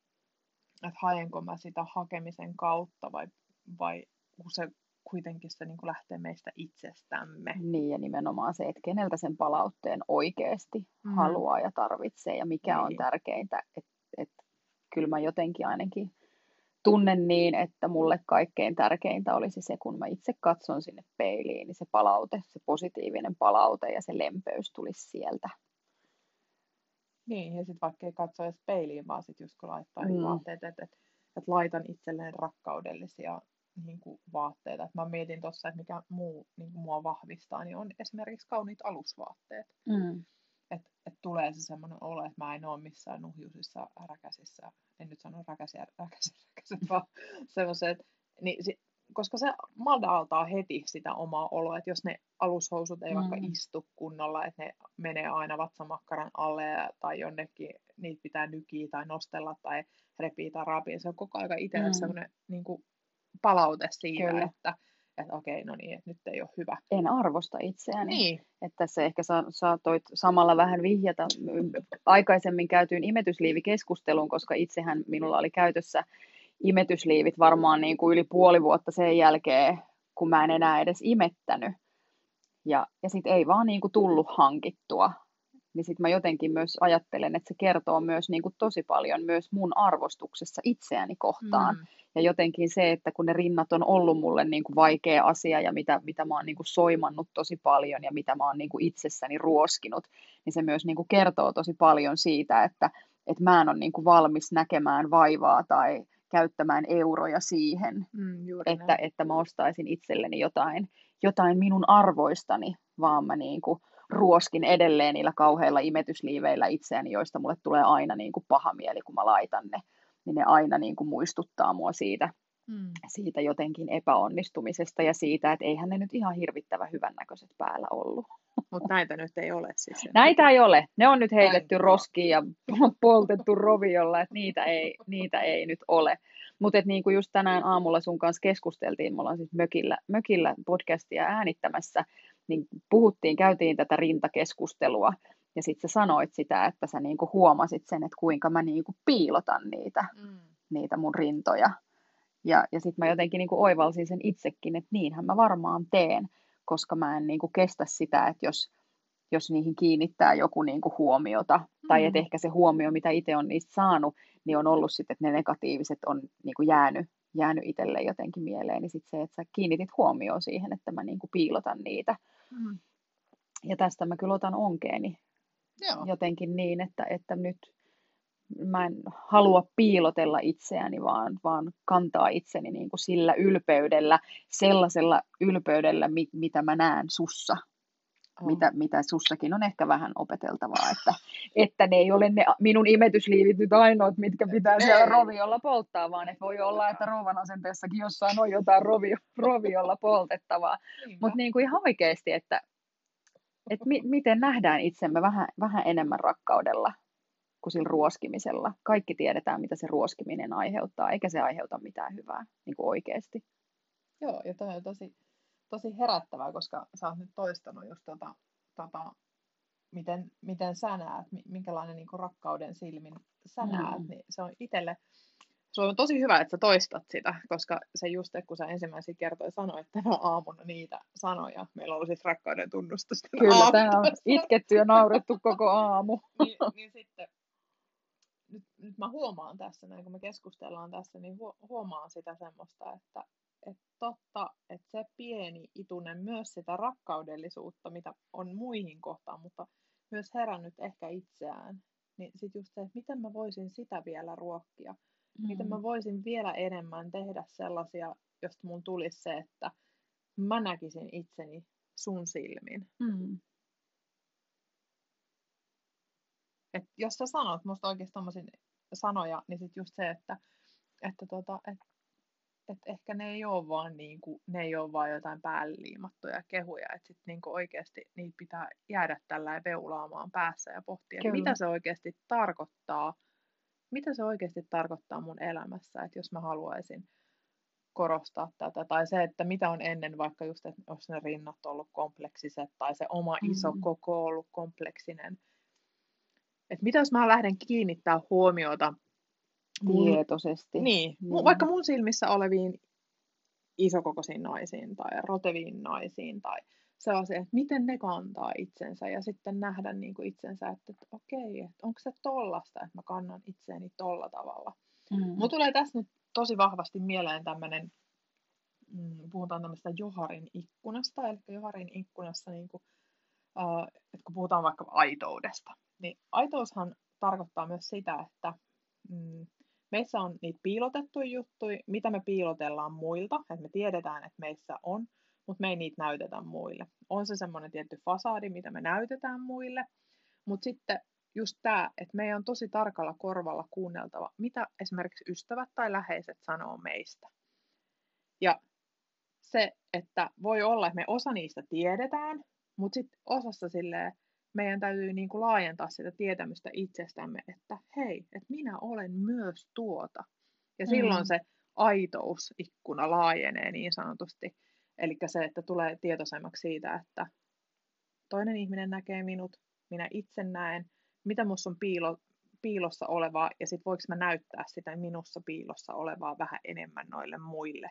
että haenko mä sitä hakemisen kautta vai, vai se kuitenkin se niin kuin lähtee meistä itsestämme. Niin, ja nimenomaan se, että keneltä sen palautteen oikeasti mm. haluaa ja tarvitsee, ja mikä niin. on tärkeintä, että et, kyllä mä jotenkin ainakin tunnen niin, että mulle kaikkein tärkeintä olisi se, kun mä itse katson sinne peiliin, niin se palaute, se positiivinen palaute ja se lempeys tulisi sieltä. Niin, ja sitten vaikka ei katso edes peiliin, vaan sitten just kun laittaa mm. vaatteet, että et, et laitan itselleen rakkaudellisia niin kuin vaatteita. Et mä mietin tuossa, että mikä muu niin kuin mua vahvistaa, niin on esimerkiksi kauniit alusvaatteet. Mm. Että et tulee se semmoinen olo, että mä en ole missään nuhjusissa, räkäsissä, en nyt sano räkäsiä, räkäsiä, räkäsiä, vaan semmoiset, niin si, koska se madaltaa heti sitä omaa oloa, että jos ne alushousut ei mm. vaikka istu kunnolla, että ne menee aina vatsamakkaran alle tai jonnekin, niitä pitää nykiä tai nostella tai repiä tai rapia, se on koko ajan itselle mm. semmoinen niin kuin palaute siitä, Kyllä. että että okei, no niin, että nyt ei ole hyvä. En arvosta itseäni. Niin. Että se ehkä sa- saatoit samalla vähän vihjata aikaisemmin käytyyn imetysliivikeskusteluun, koska itsehän minulla oli käytössä imetysliivit varmaan niin kuin yli puoli vuotta sen jälkeen, kun mä en enää edes imettänyt. Ja, ja sitten ei vaan niin kuin tullut hankittua. Niin sitten mä jotenkin myös ajattelen, että se kertoo myös niin kuin tosi paljon myös mun arvostuksessa itseäni kohtaan. Mm. Ja jotenkin se, että kun ne rinnat on ollut mulle niin kuin vaikea asia ja mitä, mitä mä oon niin kuin soimannut tosi paljon ja mitä mä oon niin kuin itsessäni ruoskinut, niin se myös niin kuin kertoo tosi paljon siitä, että, että mä en ole niin kuin valmis näkemään vaivaa tai käyttämään euroja siihen, mm, että, että mä ostaisin itselleni jotain, jotain minun arvoistani, vaan mä niin kuin ruoskin edelleen niillä kauheilla imetysliiveillä itseäni, joista mulle tulee aina niin kuin paha mieli, kun mä laitan ne. Niin ne aina niin kuin muistuttaa mua siitä, mm. siitä jotenkin epäonnistumisesta ja siitä, että eihän ne nyt ihan hirvittävän hyvännäköiset päällä ollut. Mutta näitä nyt ei ole siis. Näitä ei ole. Ne on nyt heitetty roskiin ja poltettu roviolla, että niitä ei, niitä ei nyt ole. Mutta niin kuin just tänään aamulla sun kanssa keskusteltiin, me ollaan siis mökillä, mökillä podcastia äänittämässä, niin puhuttiin, käytiin tätä rintakeskustelua, ja sitten sä sanoit sitä, että sä niinku huomasit sen, että kuinka mä niinku piilotan niitä, Mm. niitä mun rintoja. Ja, ja sitten mä jotenkin niinku oivalsin sen itsekin, että niinhän mä varmaan teen, koska mä en niinku kestä sitä, että jos, jos niihin kiinnittää joku niinku huomiota, mm. tai että ehkä se huomio, mitä itse on niistä saanut, niin on ollut sitten, että ne negatiiviset on niinku jäänyt, jäänyt itselle jotenkin mieleen, niin sitten se, että sä kiinnitit huomioon siihen, että mä niinku piilotan niitä. Mm. Ja tästä mä kyllä otan onkeeni. Joo. Jotenkin niin, että, että nyt mä en halua piilotella itseäni, vaan, vaan kantaa itseni niin kuin sillä ylpeydellä, sellaisella ylpeydellä, mit, mitä mä näen sussa. Oh. Mitä, mitä sussakin on ehkä vähän opeteltavaa, että, että ne ei ole ne minun imetysliivit nyt ainoat, mitkä pitää siellä roviolla polttaa, vaan että voi olla, että rouvan asenteessakin jossain on jotain rovio, roviolla poltettavaa. Mutta niin kuin ihan oikeasti, että et mi, miten nähdään itsemme vähän, vähän enemmän rakkaudella kuin sillä ruoskimisella. Kaikki tiedetään, mitä se ruoskiminen aiheuttaa, eikä se aiheuta mitään hyvää niin kuin oikeasti. Joo, ja toi on tosi, tosi herättävää, koska sä oot nyt toistanut just tota, tota miten, miten sä näet, minkälainen niin kuin rakkauden silmin sä näet, mm. niin se on itselle, se on tosi hyvä, että sä toistat sitä, koska se just, kun sä ensimmäisiä kertoja sanoit tänä aamuna niitä sanoja, meillä on siis rakkauden tunnustus. Kyllä, tämä on itketty ja naurettu koko aamu. niin, niin sitten, nyt, nyt mä huomaan tässä, näin kun me keskustellaan tässä, niin huomaan sitä semmoista, että että totta, että se pieni itunen myös sitä rakkaudellisuutta, mitä on muihin kohtaan, mutta myös herännyt ehkä itseään, niin sitten just se, että miten mä voisin sitä vielä ruokkia, mm. miten mä voisin vielä enemmän tehdä sellaisia, josta mun tulisi se, että mä näkisin itseni sun silmin. Mm. Et jos sä sanot musta oikeasti tommosia sanoja, niin sit just se, että, että tota, et, et ehkä ne ei ole vaan niinku, ne ei ole vaan jotain päälle liimattuja kehuja, että sit niinku oikeasti niitä pitää jäädä tällä veulaamaan päässä ja pohtia, että mitä se oikeasti tarkoittaa, mitä se oikeasti tarkoittaa mun elämässä, että jos mä haluaisin korostaa tätä, tai se, että mitä on ennen vaikka just, että jos ne rinnat on ollut kompleksiset, tai se oma iso mm-hmm. koko on ollut kompleksinen, että mitä jos mä lähden kiinnittää huomiota mun, tietoisesti. Niin, mm. vaikka mun silmissä oleviin isokokoisiin naisiin tai roteviin naisiin tai sellaisia, että miten ne kantaa itsensä ja sitten nähdä niin kuin itsensä, että, että okei, että onko se tollasta, että mä kannan itseäni tolla tavalla. Mm. Mulla tulee tässä nyt tosi vahvasti mieleen tämmöinen, mm, puhutaan tämmöistä Joharin ikkunasta, eli Joharin ikkunassa, niin kuin, äh, että kun puhutaan vaikka aitoudesta, niin aitoushan tarkoittaa myös sitä, että mm, meissä on niitä piilotettuja juttuja, mitä me piilotellaan muilta, että me tiedetään, että meissä on, mutta me ei niitä näytetä muille. On se semmoinen tietty fasadi, mitä me näytetään muille, mutta sitten just tämä, että meidän on tosi tarkalla korvalla kuunneltava, mitä esimerkiksi ystävät tai läheiset sanoo meistä. Ja se, että voi olla, että me osa niistä tiedetään, mutta sitten osassa silleen, meidän täytyy niin kuin laajentaa sitä tietämystä itsestämme, että hei, että minä olen myös tuota. Ja mm. silloin se aitousikkuna laajenee niin sanotusti. Eli se, että tulee tietoisemmaksi siitä, että toinen ihminen näkee minut, minä itse näen, mitä minussa on piilo, piilossa olevaa, ja sitten voiko mä näyttää sitä minussa piilossa olevaa vähän enemmän noille muille.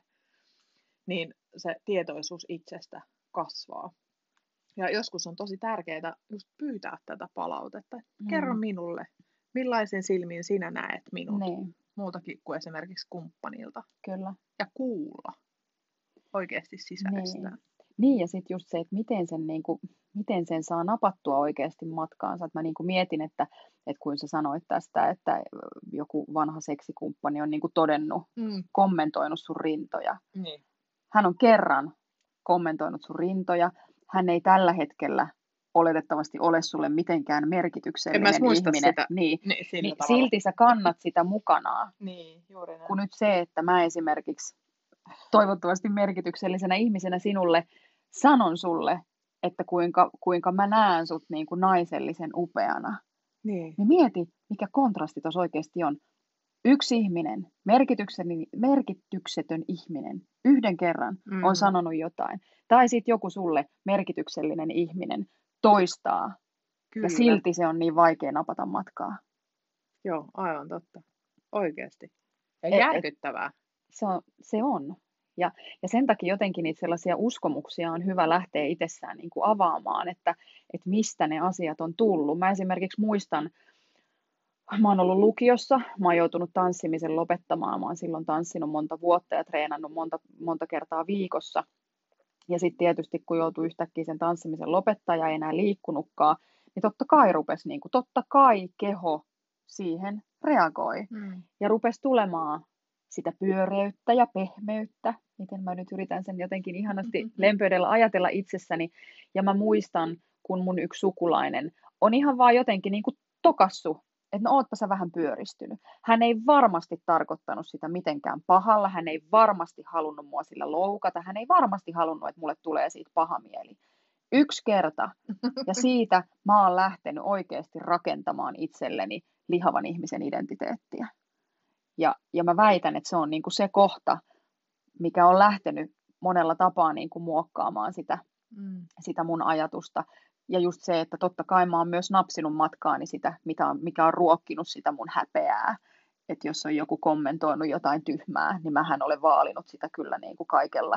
Niin se tietoisuus itsestä kasvaa. Ja joskus on tosi tärkeää just pyytää tätä palautetta. Mm. Kerro minulle, millaisen silmin sinä näet minut. Niin. Muutakin kuin esimerkiksi kumppanilta. Kyllä. Ja kuulla oikeasti sisäistään. Niin, niin ja sitten just se, että miten sen, niin kuin, miten sen saa napattua oikeasti matkaansa. Et mä niin kuin mietin, että, että kun sä sanoit tästä, että joku vanha seksikumppani on niin kuin todennut, mm. kommentoinut sun rintoja. Niin. Hän on kerran kommentoinut sun rintoja. Hän ei tällä hetkellä oletettavasti ole sulle mitenkään merkityksellinen ihminen. Sitä. Niin, niin, niin silti sä kannat sitä mukanaan. Niin, juuri näin. Kun nyt se, että mä esimerkiksi toivottavasti merkityksellisenä ihmisenä sinulle sanon sulle, että kuinka, kuinka mä näen sut niin kuin naisellisen upeana. Niin. Niin mieti, mikä kontrasti tuossa oikeasti on. Yksi ihminen, merkityksetön ihminen, yhden kerran Mm. on sanonut jotain, tai sitten joku sulle merkityksellinen ihminen toistaa, Kyllä. ja silti se on niin vaikea napata matkaa. Joo, aivan totta. Oikeasti. Ja Et- et- järkyttävää. Se on. Se on. Ja, ja sen takia jotenkin niitä sellaisia uskomuksia on hyvä lähteä itsessään niin kuin avaamaan, että, että mistä ne asiat on tullut. Mä esimerkiksi muistan, mä oon ollut lukiossa, mä oon joutunut tanssimisen lopettamaan, mä oon silloin tanssinut monta vuotta ja treenannut monta, monta kertaa viikossa. Ja sitten tietysti kun joutui yhtäkkiä sen tanssimisen lopettaa ja ei enää liikkunutkaan, niin totta kai rupesi, niin kuin, totta kai keho siihen reagoi. Mm. Ja rupesi tulemaan sitä pyöreyttä ja pehmeyttä, miten mä nyt yritän sen jotenkin ihanasti Mm-hmm. lempeydellä ajatella itsessäni. Ja mä muistan, kun mun yksi sukulainen on ihan vaan jotenkin niin kuin tokassu, että no ootpa sä vähän pyöristynyt. Hän ei varmasti tarkoittanut sitä mitenkään pahalla, hän ei varmasti halunnut mua sillä loukata, hän ei varmasti halunnut, että mulle tulee siitä paha mieli. Yksi kerta, ja siitä mä oon lähtenyt oikeasti rakentamaan itselleni lihavan ihmisen identiteettiä. Ja, ja mä väitän, että se on niinku se kohta, mikä on lähtenyt monella tapaa niinku muokkaamaan sitä, Mm. sitä mun ajatusta. Ja just se, että totta kai mä oon myös napsinut matkaani sitä, mikä on, mikä on ruokkinut sitä mun häpeää. Että jos on joku kommentoinut jotain tyhmää, niin mähän olen vaalinut sitä kyllä niinku kaikella,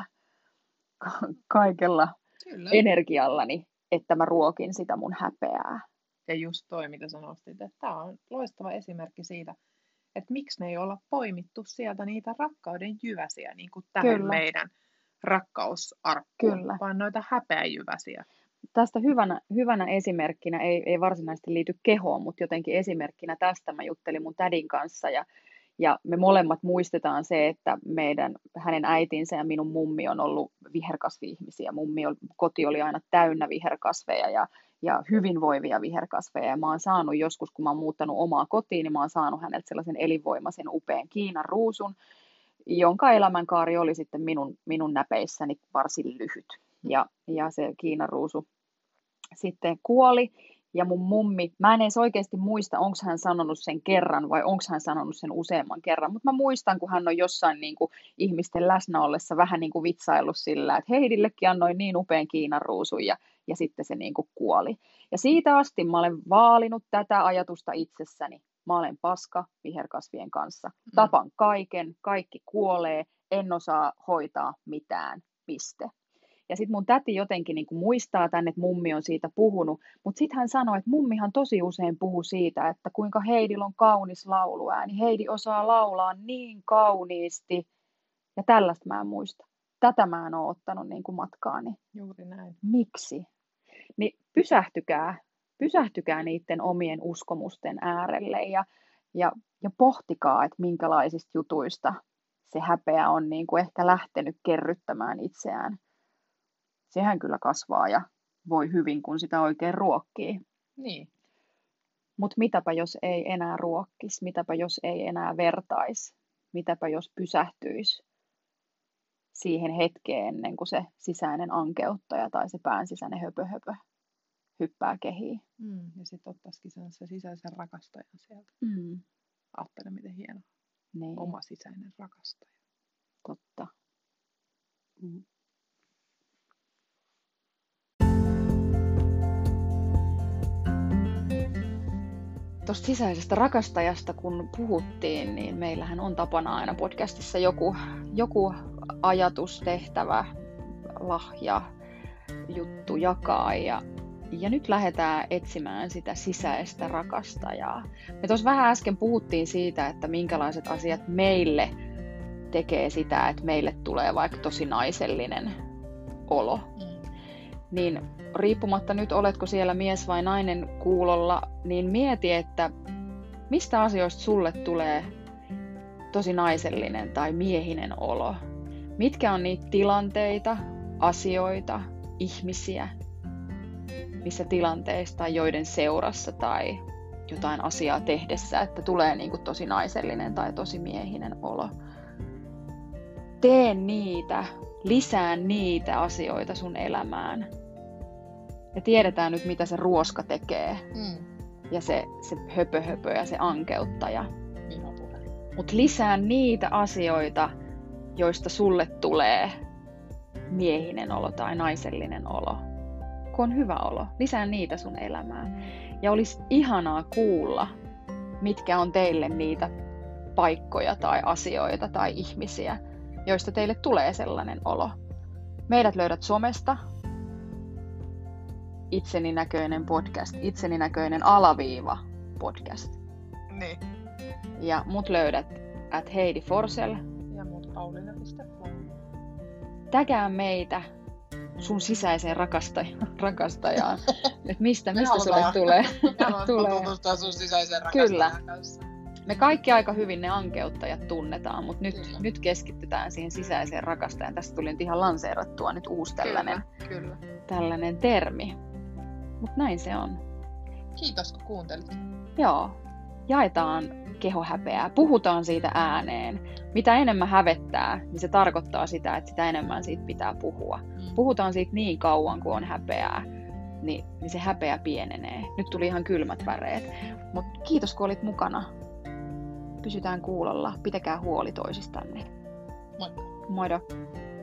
kaikella Kyllä. energiallani, että mä ruokin sitä mun häpeää. Ja just toi, mitä sä nostit, että tämä on loistava esimerkki siitä, että miksi me ei olla poimittu sieltä niitä rakkauden jyväsiä niin kuin tähän Kyllä. meidän rakkausarkkuun, Kyllä. vaan noita häpeäjyväsiä. Tästä hyvänä, hyvänä esimerkkinä, ei, ei varsinaisesti liity kehoon, mutta jotenkin esimerkkinä tästä mä juttelin mun tädin kanssa ja, ja me molemmat muistetaan se, että meidän, hänen äitinsä ja minun mummi on ollut viherkasvi-ihmisiä. Mummi oli, koti oli aina täynnä viherkasveja ja, ja hyvinvoivia viherkasveja. Ja mä oon saanut joskus, kun mä oon muuttanut omaa kotiin, niin mä oon saanut häneltä sellaisen elinvoimaisen upean Kiinan ruusun, jonka elämänkaari oli sitten minun, minun näpeissäni varsin lyhyt. Ja, ja se Kiinan ruusu sitten kuoli. Ja mun mummi, mä en edes oikeasti muista, onko hän sanonut sen kerran vai onko hän sanonut sen useamman kerran. Mutta mä muistan, kun hän on jossain niin kuin ihmisten läsnä ollessa vähän niin kuin vitsaillut sillä, että Heidillekin annoin niin upean Kiinan ruusun ja, ja sitten se niin kuin kuoli. Ja siitä asti mä olen vaalinut tätä ajatusta itsessäni. Mä olen paska viherkasvien kanssa. Tapan kaiken, kaikki kuolee, en osaa hoitaa mitään, piste. Ja sitten mun täti jotenkin niin kuin muistaa tänne, että mummi on siitä puhunut, mutta sitten hän sanoi, että mummihan tosi usein puhuu siitä, että kuinka Heidillä on kaunis lauluääni, Heidi osaa laulaa niin kauniisti, ja tällaista mä en muista. Tätä mä en ole ottanut niin kuin matkaani. Juuri näin. Miksi? Niin pysähtykää, pysähtykää niiden omien uskomusten äärelle ja, ja, ja pohtikaa, että minkälaisista jutuista se häpeä on niin kuin ehkä lähtenyt kerryttämään itseään. Sehän kyllä kasvaa ja voi hyvin, kun sitä oikein ruokkii. Niin. Mutta mitäpä jos ei enää ruokkisi, mitäpä jos ei enää vertaisi, mitäpä jos pysähtyisi siihen hetkeen ennen kuin se sisäinen ankeuttaja tai se pään sisäinen höpö höpö hyppää kehiin. Mm. Ja sitten ottaisikin sen se sisäisen rakastajan sieltä. Mm. Ajattele, miten hieno. Niin. Oma sisäinen rakastaja. Totta. Mm. Tuosta sisäisestä rakastajasta kun puhuttiin, niin meillähän on tapana aina podcastissa joku, joku ajatus, tehtävä, lahja, juttu jakaa. Ja, ja nyt lähdetään etsimään sitä sisäistä rakastajaa. Me tuossa vähän äsken puhuttiin siitä, että minkälaiset asiat meille tekee sitä, että meille tulee vaikka tosi naisellinen olo. Mm. Niin riippumatta nyt oletko siellä mies vai nainen kuulolla, niin mieti, että mistä asioista sulle tulee tosi naisellinen tai miehinen olo. Mitkä on niitä tilanteita, asioita, ihmisiä, missä tilanteissa tai joiden seurassa tai jotain asiaa tehdessä, että tulee niin kuin tosi naisellinen tai tosi miehinen olo. Tee niitä, lisää niitä asioita sun elämään. Ja tiedetään nyt, mitä se ruoska tekee. Mm. Ja se, se höpö höpö ja se ankeuttaja. Vihapuhe. Mutta lisää niitä asioita, joista sulle tulee miehinen olo tai naisellinen olo, kun on hyvä olo. Lisää niitä sun elämään. Ja olisi ihanaa kuulla, mitkä on teille niitä paikkoja tai asioita tai ihmisiä, joista teille tulee sellainen olo. Meidät löydät somesta. Itseni näköinen podcast, itseni näköinen alaviiva podcast. Niin. Ja mut löydät at Heidi Forsell. Ja mut Pauliina piste flom. Tägää meitä sun sisäiseen rakastajaan. rakastajaan. Nyt mistä, Me mistä sulle halutaan- tulee? Me halutaan tulee. tutustua sun sisäiseen Kyllä. rakastajan kanssa. Me kaikki aika hyvin ne ankeuttajat tunnetaan, mutta nyt, Kyllä. nyt keskitytään siihen sisäiseen rakastajaan. Tästä tuli nyt ihan lanseerattua nyt uusi tällainen, Kyllä, kyllä. tällainen termi. Mutta näin se on. Kiitos kun kuuntelit. Joo, jaetaan kehohäpeää, puhutaan siitä ääneen. Mitä enemmän hävettää, niin se tarkoittaa sitä, että sitä enemmän siitä pitää puhua. Mm. Puhutaan siitä niin kauan, kun on häpeää, niin, niin se häpeä pienenee. Nyt tuli ihan kylmät väreet. Mutta kiitos, kun olit mukana. Pysytään kuulolla, pitäkää huoli toisistanne. Moikka. Moido!